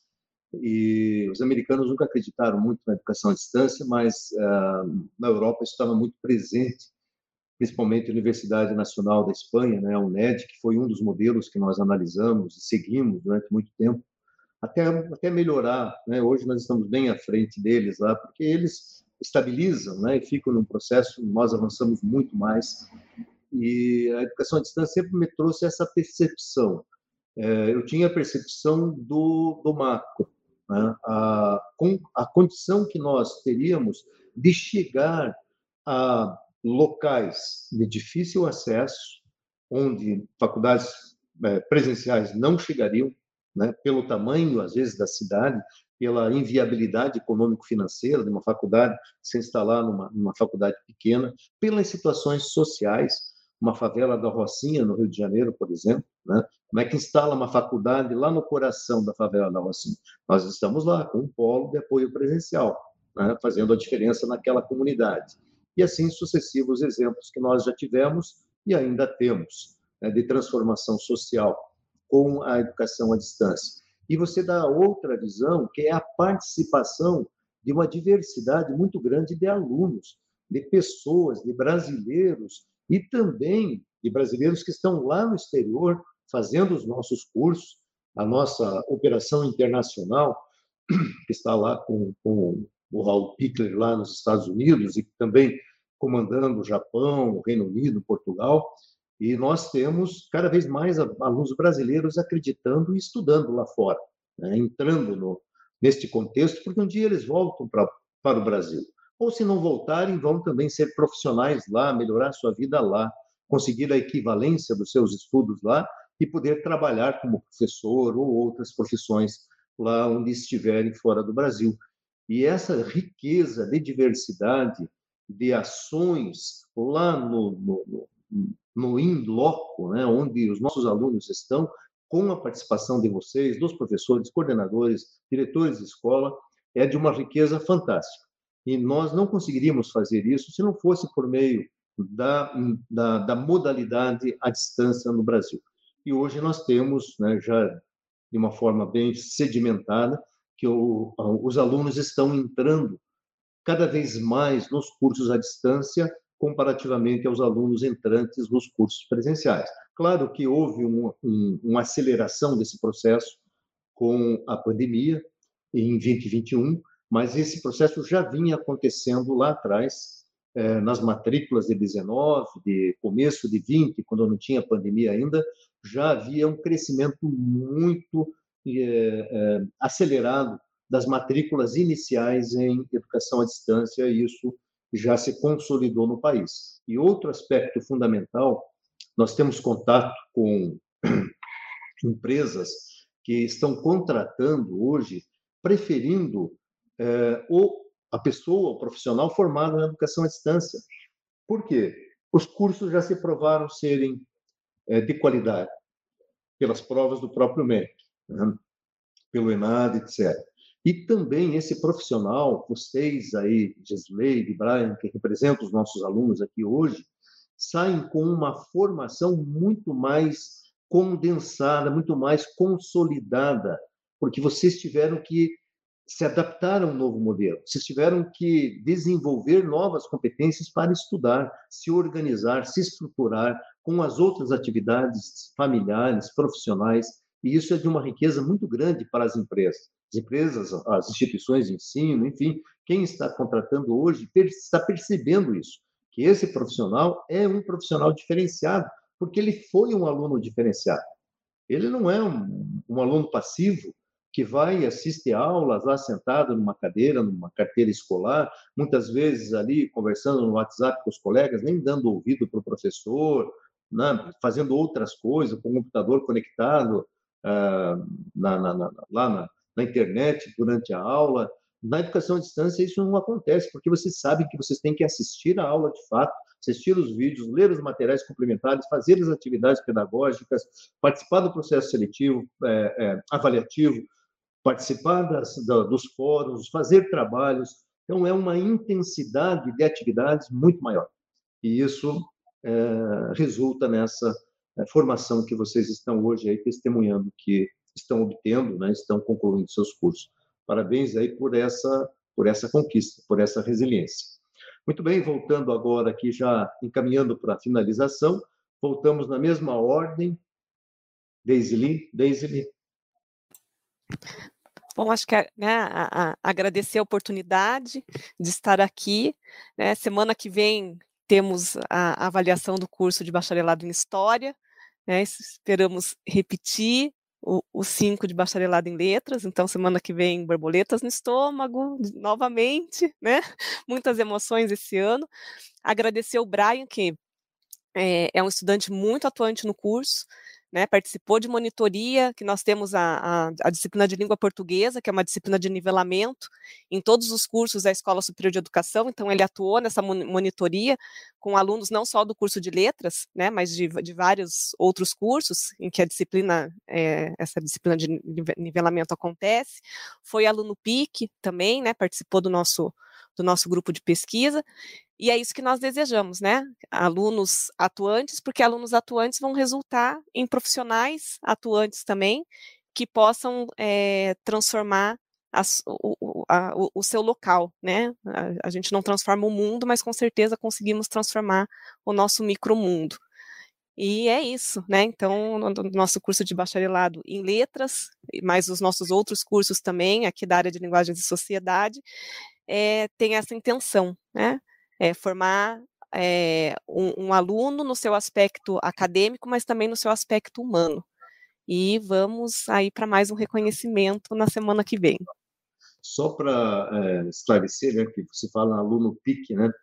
E os americanos nunca acreditaram muito na educação à distância, mas ah, na Europa isso estava muito presente, principalmente a Universidade Nacional da Espanha, né, a UNED, que foi um dos modelos que nós analisamos e seguimos durante muito tempo, até, até melhorar, né? Hoje nós estamos bem à frente deles lá, porque eles estabilizam, né? E ficam num processo, nós avançamos muito mais. E a educação à distância sempre me trouxe essa percepção. É, eu tinha a percepção do, do macro, né? a, com, a condição que nós teríamos de chegar a locais de difícil acesso, onde faculdades é, presenciais não chegariam, né, pelo tamanho, às vezes, da cidade, pela inviabilidade econômico-financeira de uma faculdade se instalar numa, numa faculdade pequena, pelas situações sociais, uma favela da Rocinha, no Rio de Janeiro, por exemplo, né? Como é que instala uma faculdade lá no coração da favela da Rocinha? Nós estamos lá com um polo de apoio presencial, né, fazendo a diferença naquela comunidade. E assim sucessivos exemplos que nós já tivemos e ainda temos, né, de transformação social com a educação à distância. E você dá outra visão, que é a participação de uma diversidade muito grande de alunos, de pessoas, de brasileiros, e também de brasileiros que estão lá no exterior fazendo os nossos cursos, a nossa operação internacional, que está lá com, com o Raul Pickler lá nos Estados Unidos e também comandando o Japão, o Reino Unido, Portugal. E nós temos cada vez mais alunos brasileiros acreditando e estudando lá fora, né? Entrando no, neste contexto, porque um dia eles voltam pra, para o Brasil. Ou, se não voltarem, vão também ser profissionais lá, melhorar sua vida lá, conseguir a equivalência dos seus estudos lá e poder trabalhar como professor ou outras profissões lá onde estiverem fora do Brasil. E essa riqueza de diversidade, de ações lá no, no, no no in loco, né, onde os nossos alunos estão, com a participação de vocês, dos professores, coordenadores, diretores de escola, é de uma riqueza fantástica. E nós não conseguiríamos fazer isso se não fosse por meio da, da, da modalidade à distância no Brasil. E hoje nós temos, né, já de uma forma bem sedimentada, que o, os alunos estão entrando cada vez mais nos cursos à distância, comparativamente aos alunos entrantes nos cursos presenciais. Claro que houve um, um, uma aceleração desse processo com a pandemia em vinte e vinte e um, mas esse processo já vinha acontecendo lá atrás, eh, nas matrículas de dezenove, de começo de vinte, quando não tinha pandemia ainda, já havia um crescimento muito eh, eh, acelerado das matrículas iniciais em educação à distância, e isso já se consolidou no país. E outro aspecto fundamental, nós temos contato com empresas que estão contratando hoje, preferindo eh, o, a pessoa, o profissional formado na educação à distância. Por quê? Os cursos já se provaram serem eh, de qualidade, pelas provas do próprio M E C, né? Pelo ENAD, etcétera. E também esse profissional, vocês aí, Gesleide, Brian, que representam os nossos alunos aqui hoje, saem com uma formação muito mais condensada, muito mais consolidada, porque vocês tiveram que se adaptar a um novo modelo, vocês tiveram que desenvolver novas competências para estudar, se organizar, se estruturar com as outras atividades familiares, profissionais, e isso é de uma riqueza muito grande para as empresas. As empresas, as instituições de ensino, enfim, quem está contratando hoje está percebendo isso, que esse profissional é um profissional diferenciado, porque ele foi um aluno diferenciado. Ele não é um, um aluno passivo que vai e assiste aulas lá sentado numa cadeira, numa carteira escolar, muitas vezes ali conversando no WhatsApp com os colegas, nem dando ouvido para o professor, né, fazendo outras coisas, com o computador conectado ah, na, na, na, lá na, na internet durante a aula. Na educação à distância, isso não acontece, porque vocês sabem que vocês têm que assistir a aula de fato, assistir os vídeos, ler os materiais complementares, fazer as atividades pedagógicas, participar do processo seletivo, é, é, avaliativo, participar das, da, dos fóruns, fazer trabalhos. Então, é uma intensidade de atividades muito maior. E isso é, resulta nessa é, formação que vocês estão hoje aí testemunhando, que estão obtendo, né, estão concluindo seus cursos. Parabéns aí por essa, por essa conquista, por essa resiliência. Muito bem, voltando agora aqui, já encaminhando para a finalização, voltamos na mesma ordem. Deisy, Deisy. Bom, acho que né, a, a, agradecer a oportunidade de estar aqui. Né? Semana que vem temos a, a avaliação do curso de bacharelado em História. Né? Esperamos repetir o, o cinco de bacharelado em Letras. Então, semana que vem, borboletas no estômago, novamente. Né? Muitas emoções esse ano. Agradecer o Brian, que é, é um estudante muito atuante no curso. Né, participou de monitoria, que nós temos a, a, a disciplina de língua portuguesa, que é uma disciplina de nivelamento em todos os cursos da Escola Superior de Educação, então ele atuou nessa monitoria com alunos não só do curso de letras, né, mas de, de vários outros cursos em que a disciplina, é, essa disciplina de nivelamento acontece. Foi aluno P I C também, né, participou do nosso, do nosso grupo de pesquisa. E é isso que nós desejamos, né? Alunos atuantes, porque alunos atuantes vão resultar em profissionais atuantes também, que possam é, transformar as, o, a, o, o seu local, né? A, a gente não transforma o mundo, mas com certeza conseguimos transformar o nosso micromundo. E é isso, né? Então, no, no nosso curso de bacharelado em letras, mais os nossos outros cursos também, aqui da área de linguagens e sociedade, é, tem essa intenção, né? É, formar é, um, um aluno no seu aspecto acadêmico, mas também no seu aspecto humano. E vamos aí para mais um reconhecimento na semana que vem. Só para é, esclarecer, né, que você fala aluno P I C, né?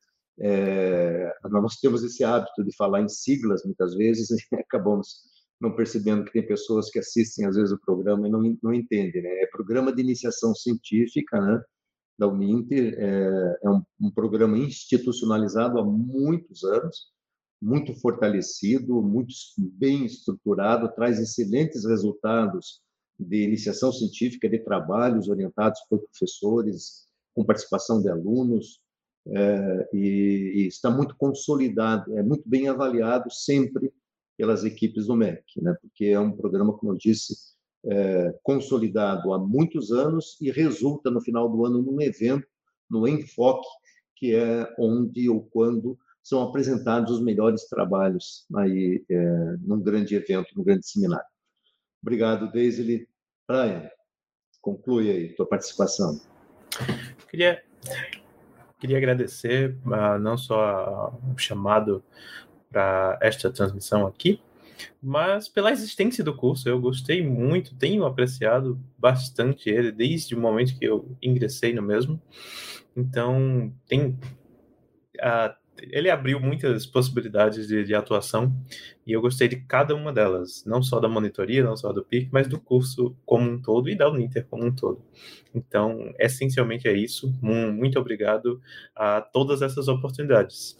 É, nós temos esse hábito de falar em siglas muitas vezes e acabamos não percebendo que tem pessoas que assistem às vezes o programa e não, não entendem, né? É Programa de Iniciação Científica, né, da Uninter, é, é um, um programa institucionalizado há muitos anos, muito fortalecido, muito bem estruturado, traz excelentes resultados de iniciação científica, de trabalhos orientados por professores, com participação de alunos, é, e, e está muito consolidado, é muito bem avaliado sempre pelas equipes do M E C, né? Porque é um programa, como eu disse, é, consolidado há muitos anos e resulta, no final do ano, num evento, no Enfoque, que é onde ou quando são apresentados os melhores trabalhos aí, é, num grande evento, num grande seminário. Obrigado, Deisy. Brian, conclui aí tua participação. Queria, queria agradecer uh, não só o chamado para esta transmissão aqui, mas pela existência do curso. Eu gostei muito, tenho apreciado bastante ele desde o momento que eu ingressei no mesmo. Então, tem, uh, ele abriu muitas possibilidades de, de atuação e eu gostei de cada uma delas, não só da monitoria, não só do P I C, mas do curso como um todo e da Uninter como um todo. Então, essencialmente é isso. Muito obrigado a todas essas oportunidades.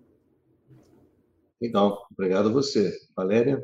Legal, obrigado a você. Valéria?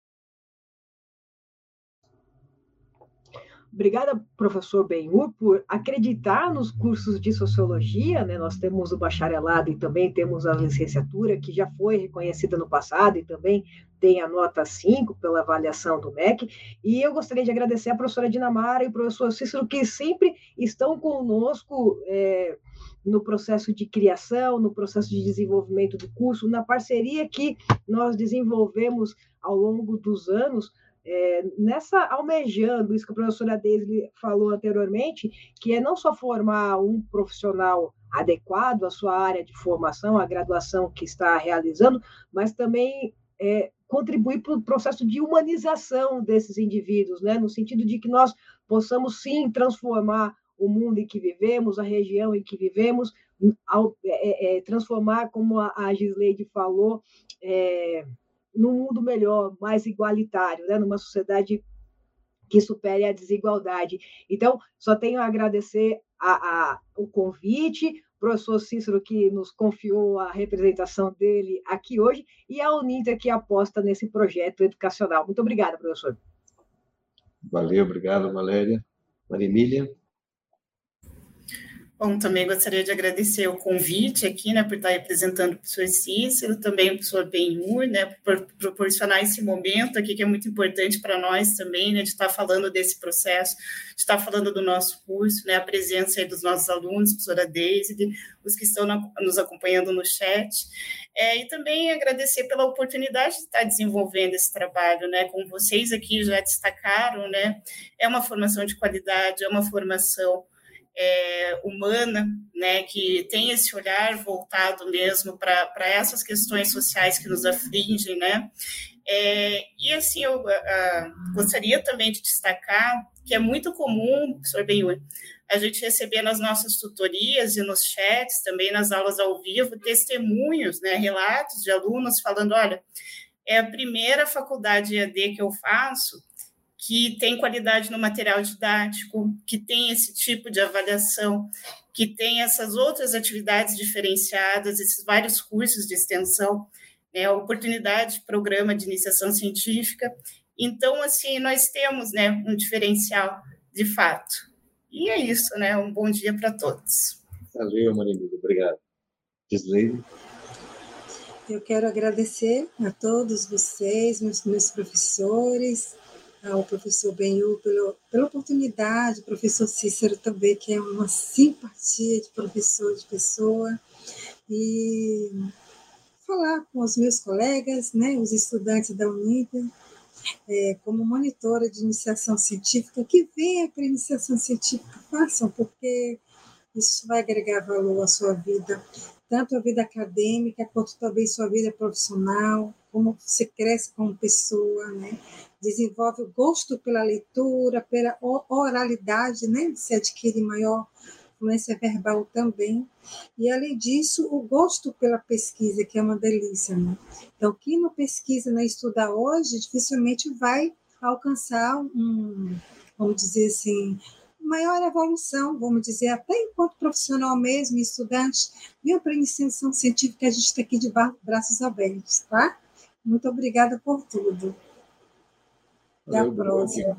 Obrigada, professor Benhur, por acreditar nos cursos de sociologia, né? Nós temos o bacharelado e também temos a licenciatura, que já foi reconhecida no passado e também tem a nota cinco pela avaliação do M E C. E eu gostaria de agradecer a professora Dinamara e o professor Cícero, que sempre estão conosco é, no processo de criação, no processo de desenvolvimento do curso, na parceria que nós desenvolvemos ao longo dos anos, É, nessa almejando isso que a professora Deisy falou anteriormente, que é não só formar um profissional adequado à sua área de formação, à graduação que está realizando, mas também é, contribuir para o processo de humanização desses indivíduos, né? No sentido de que nós possamos sim transformar o mundo em que vivemos, a região em que vivemos, ao, é, é, transformar, como a, a Gisleide falou, é, num mundo melhor, mais igualitário, né? Numa sociedade que supere a desigualdade. Então, só tenho a agradecer a, a, o convite, o professor Cícero, que nos confiou a representação dele aqui hoje, e a Uninter, que aposta nesse projeto educacional. Muito obrigada, professor. Valeu, obrigado, Valéria. Maria Emília. Bom, também gostaria de agradecer o convite aqui, né, por estar representando o professor Cícero, também o professor Benhur, né, por proporcionar esse momento aqui, que é muito importante para nós também, né, de estar falando desse processo, de estar falando do nosso curso, né, a presença aí dos nossos alunos, professora Deise, os que estão na, nos acompanhando no chat, é, e também agradecer pela oportunidade de estar desenvolvendo esse trabalho, né, como vocês aqui já destacaram, né, é uma formação de qualidade, é uma formação É, humana, né, que tem esse olhar voltado mesmo para essas questões sociais que nos afligem, né, é, e assim, eu a, gostaria também de destacar que é muito comum, professor Benhur, a gente receber nas nossas tutorias e nos chats, também nas aulas ao vivo, testemunhos, né, relatos de alunos falando, olha, é a primeira faculdade E A D que eu faço que tem qualidade no material didático, que tem esse tipo de avaliação, que tem essas outras atividades diferenciadas, esses vários cursos de extensão, né, a oportunidade de programa de iniciação científica. Então, assim, nós temos, né, um diferencial de fato. E é isso, né? Um bom dia para todos. Valeu, Maria Emília. Obrigado. Gisleide. Eu quero agradecer a todos vocês, meus, meus professores, ao professor Benhur pela, pela oportunidade, o professor Cícero também, que é uma simpatia de professor, de pessoa, e falar com os meus colegas, né, os estudantes da Uninter, é, como monitora de iniciação científica, que venha para a iniciação científica, façam, porque isso vai agregar valor à sua vida, tanto a vida acadêmica, quanto também sua vida profissional, como você cresce como pessoa, né? Desenvolve o gosto pela leitura, pela oralidade, né? Se adquire maior fluência verbal também. E, além disso, o gosto pela pesquisa, que é uma delícia, né? Então, quem não pesquisa, não estuda hoje, dificilmente vai alcançar um, vamos dizer assim, maior evolução, vamos dizer, até enquanto profissional mesmo, estudante, viu, para a iniciação científica, a gente está aqui de braços abertos, tá? Muito obrigada por tudo. Até a próxima.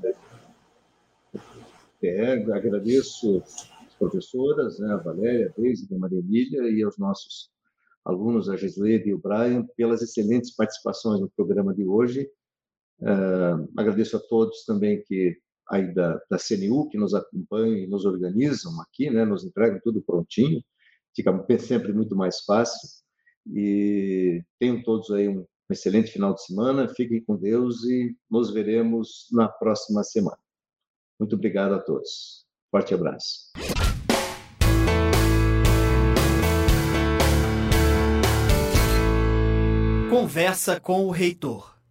É, agradeço as professoras, né, a Valéria, a Deise, a Maria Emília, e aos nossos alunos, a Gisleide e o Brian, pelas excelentes participações no programa de hoje. Uh, agradeço a todos também que aí da, da C N U, que nos acompanham e nos organizam aqui, né, nos entregam tudo prontinho, fica sempre muito mais fácil. E tenham todos aí um Um excelente final de semana, fiquem com Deus e nos veremos na próxima semana. Muito obrigado a todos. Forte abraço. Conversa com o reitor.